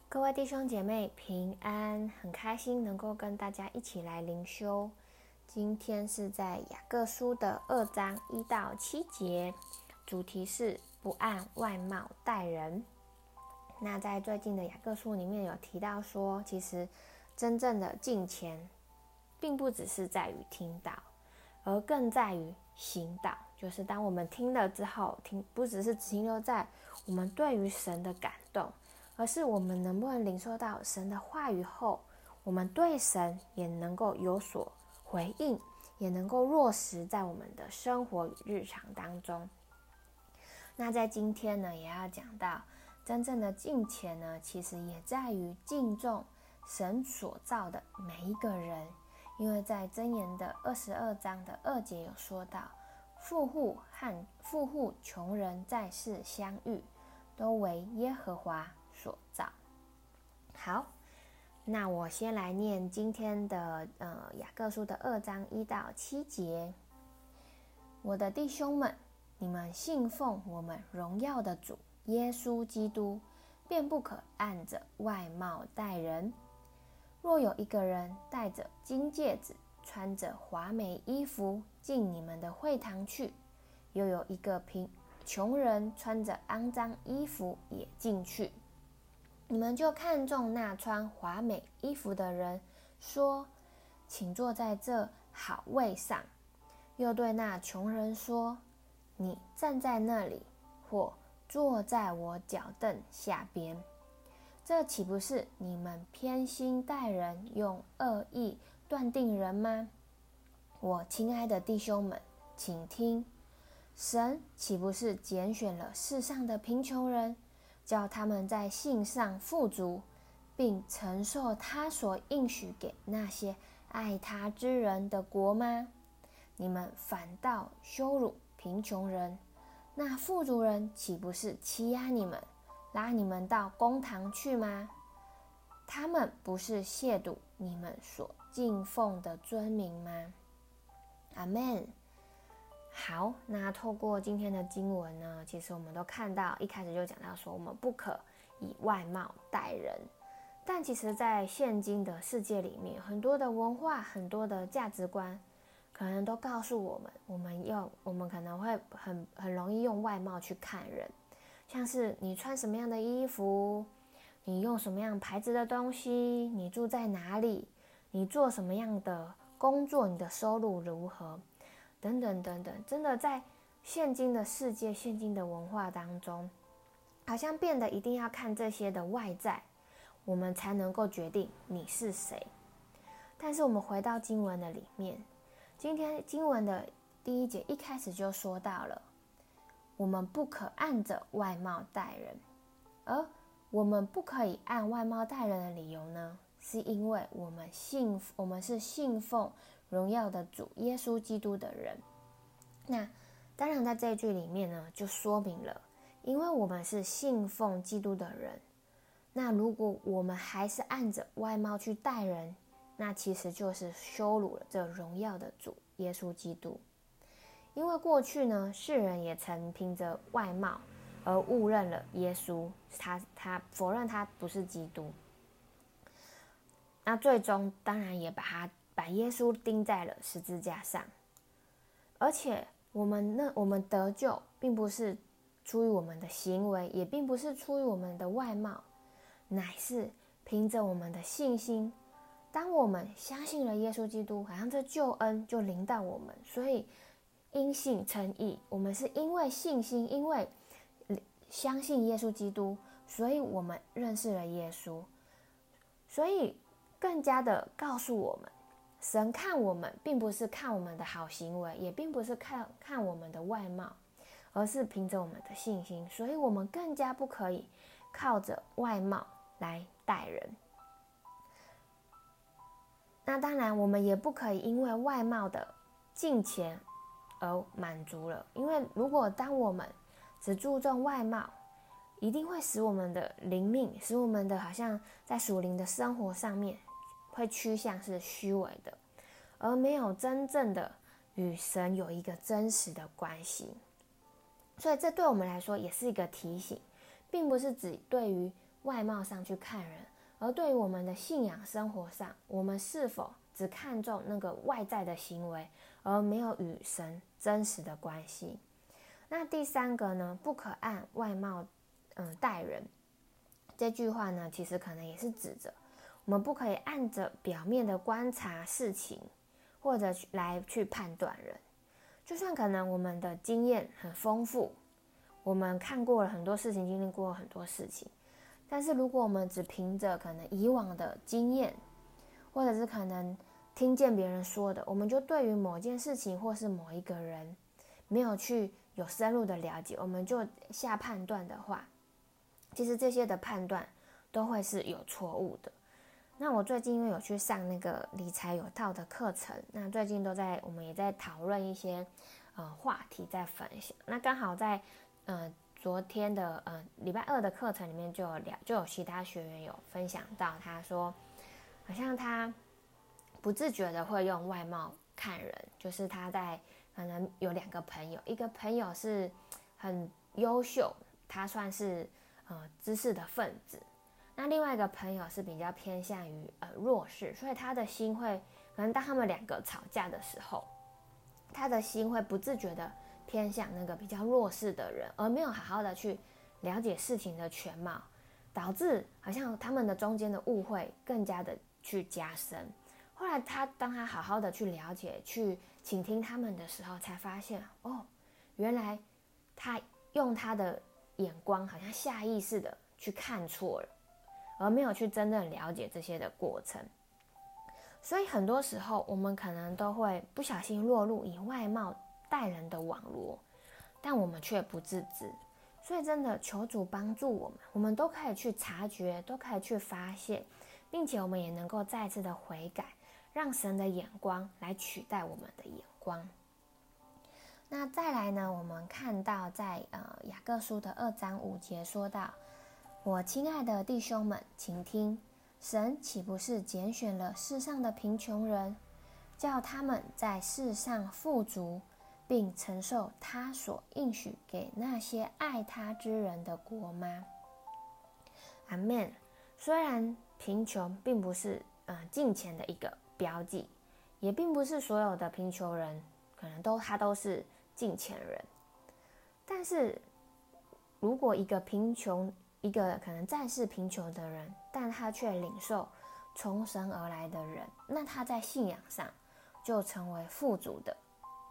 各位弟兄姐妹平安，很开心能够跟大家一起来灵修。今天是在雅各书的2章1到7节，主题是不按外貌待人。那在最近的雅各书里面有提到说，其实真正的敬虔并不只是在于听道，而更在于行道。就是当我们听了之后，不只是停留在我们对于神的感动，而是我们能不能领受到神的话语后，我们对神也能够有所回应，也能够落实在我们的生活与日常当中。那在今天呢，也要讲到真正的敬虔呢，其实也在于敬重神所造的每一个人。因为在箴言的22章的2节有说到，富户穷人在世相遇，都为耶和华所造。好，那我先来念今天的雅各书的2章1到7节。我的弟兄们，你们信奉我们荣耀的主耶稣基督，便不可按着外貌待人。若有一个人戴着金戒指，穿着华美衣服进你们的会堂去，又有一个穷人穿着肮脏衣服也进去，你们就看中那穿华美衣服的人，说：请坐在这好位上。又对那穷人说：你站在那里，或坐在我脚凳下边。这岂不是你们偏心待人，用恶意断定人吗？我亲爱的弟兄们，请听，神岂不是拣选了世上的贫穷人，叫他们在信上富足，并承受他所应许给那些爱他之人的国吗？你们反倒羞辱贫穷人，那富足人岂不是欺压你们，拉你们到公堂去吗？他们不是亵渎你们所敬奉的尊名吗？阿们。好，那透过今天的经文呢，其实我们都看到，一开始就讲到说，我们不可以外貌待人。但其实在现今的世界里面，很多的文化，很多的价值观，可能都告诉我们，我们可能会很容易用外貌去看人，像是你穿什么样的衣服，你用什么样牌子的东西，你住在哪里，你做什么样的工作，你的收入如何，等等等等。真的在现今的世界，现今的文化当中，好像变得一定要看这些的外在，我们才能够决定你是谁。但是我们回到经文的里面，今天经文的第1节一开始就说到了，我们不可按着外貌待人。而我们不可以按外貌待人的理由呢，是因为我们是信奉荣耀的主耶稣基督的人。那当然在这一句里面呢，就说明了，因为我们是信奉基督的人，那如果我们还是按着外貌去待人，那其实就是羞辱了这荣耀的主耶稣基督。因为过去呢，世人也曾凭着外貌而误认了耶稣，他否认他不是基督，那最终当然也把耶稣钉在了十字架上。而且我们得救并不是出于我们的行为，也并不是出于我们的外貌，乃是凭着我们的信心。当我们相信了耶稣基督，好像这救恩就临到我们，所以因信称义。我们是因为信心，因为相信耶稣基督，所以我们认识了耶稣。所以更加的告诉我们，神看我们并不是看我们的好行为，也并不是看我们的外貌，而是凭着我们的信心。所以我们更加不可以靠着外貌来待人。那当然我们也不可以因为外貌的敬虔而满足了，因为如果当我们只注重外貌，一定会使我们的灵命，使我们的好像在属灵的生活上面会趋向是虚伪的，而没有真正的与神有一个真实的关系。所以这对我们来说也是一个提醒，并不是只对于外貌上去看人，而对于我们的信仰生活上，我们是否只看重那个外在的行为，而没有与神真实的关系？那第三个呢，不可按外貌待人。这句话呢，其实可能也是指着我们不可以按着表面的观察事情，或者来去判断人。就算可能我们的经验很丰富，我们看过了很多事情，经历过很多事情，但是如果我们只凭着可能以往的经验，或者是可能听见别人说的，我们就对于某件事情或是某一个人没有去有深入的了解，我们就下判断的话，其实这些的判断都会是有错误的。那我最近因为有去上那个理财有道的课程，那最近我们也在讨论一些话题在分享。那刚好在昨天的礼拜二的课程里面就有其他学员有分享到，他说好像他不自觉的会用外貌看人，就是他在可能有2个朋友，一个朋友是很优秀，他算是知识的分子，那另外一个朋友是比较偏向于弱势，所以他的心会可能当他们2个吵架的时候，他的心会不自觉的偏向那个比较弱势的人，而没有好好的去了解事情的全貌，导致好像他们的中间的误会更加的去加深。后来当他好好的去了解、去倾听他们的时候，才发现原来他用他的眼光好像下意识的去看错了，而没有去真正了解这些的过程。所以很多时候我们可能都会不小心落入以外貌待人的网络，但我们却不自知。所以真的求主帮助我们都可以去察觉，都可以去发现，并且我们也能够再次的悔改，让神的眼光来取代我们的眼光。那再来呢，我们看到在雅各书的2章5节说到，我亲爱的弟兄们，请听，神岂不是拣选了世上的贫穷人，叫他们在世上富足，并承受他所应许给那些爱他之人的国吗？阿们。虽然贫穷并不是金钱的一个标记，也并不是所有的贫穷人可能他都是金钱人，但是如果一个可能在世贫穷的人，但他却领受从神而来的人，那他在信仰上就成为富足的。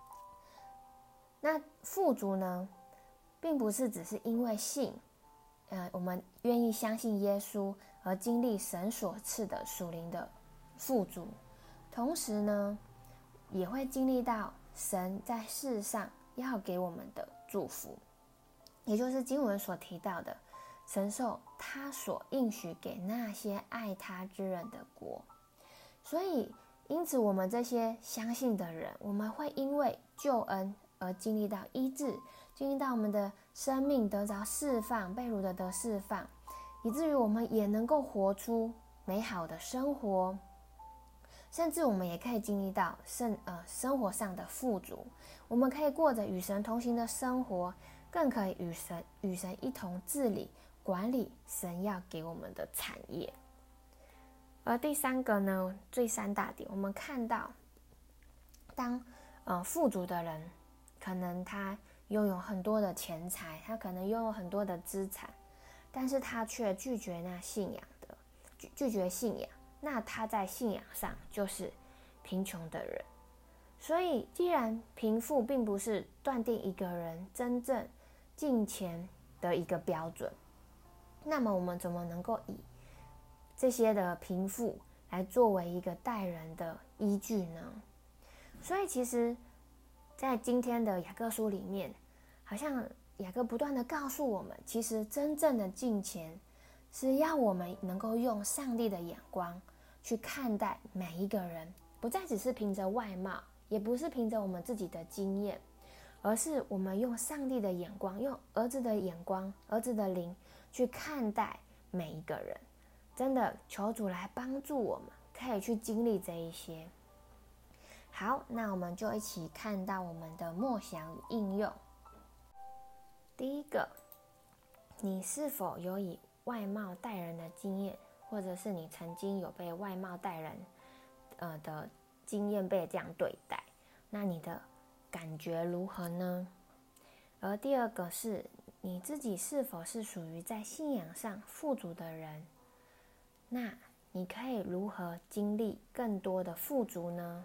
那富足呢，并不是只是因为信，我们愿意相信耶稣而经历神所赐的属灵的富足，同时呢，也会经历到神在世上要给我们的祝福，也就是经文所提到的，承受他所应许给那些爱他之人的国。所以因此我们这些相信的人，我们会因为救恩而经历到医治，经历到我们的生命得着释放，被掳的得释放，以至于我们也能够活出美好的生活，甚至我们也可以经历到生活上的富足，我们可以过着与神同行的生活，更可以与神一同治理管理神要给我们的产业。而第三个呢，第3大点，我们看到当富足的人，可能他拥有很多的钱财，他可能拥有很多的资产，但是他却拒绝信仰，那他在信仰上就是贫穷的人。所以既然贫富并不是断定一个人真正金钱的一个标准，那么我们怎么能够以这些的贫富来作为一个待人的依据呢？所以其实在今天的雅各书里面，好像雅各不断的告诉我们，其实真正的金钱是要我们能够用上帝的眼光去看待每一个人，不再只是凭着外貌，也不是凭着我们自己的经验，而是我们用上帝的眼光，用儿子的眼光，儿子的灵去看待每一个人。真的求主来帮助我们，可以去经历这一些。好，那我们就一起看到我们的默想与应用。第一个，你是否有以外貌待人的经验，或者是你曾经有被外貌待人的经验被这样对待，那你的感觉如何呢？而第二个是你自己是否是属于在信仰上富足的人？那你可以如何经历更多的富足呢？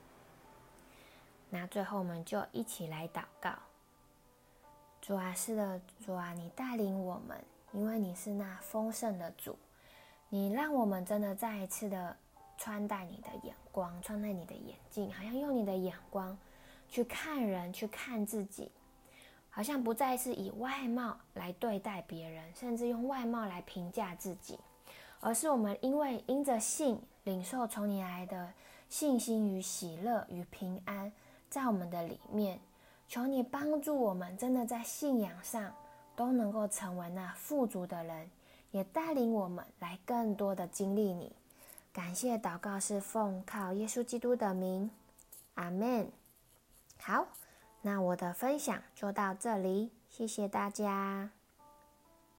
那最后我们就一起来祷告。主啊，是的，主啊，你带领我们，因为你是那丰盛的主，你让我们真的再一次的穿戴你的眼光，穿戴你的眼镜，好像用你的眼光去看人，去看自己，好像不再是以外貌来对待别人，甚至用外貌来评价自己，而是我们因着信领受从你来的信心与喜乐与平安在我们的里面。求你帮助我们真的在信仰上都能够成为那富足的人，也带领我们来更多的经历你。感谢祷告是奉靠耶稣基督的名，阿们。好，那我的分享就到这里，谢谢大家。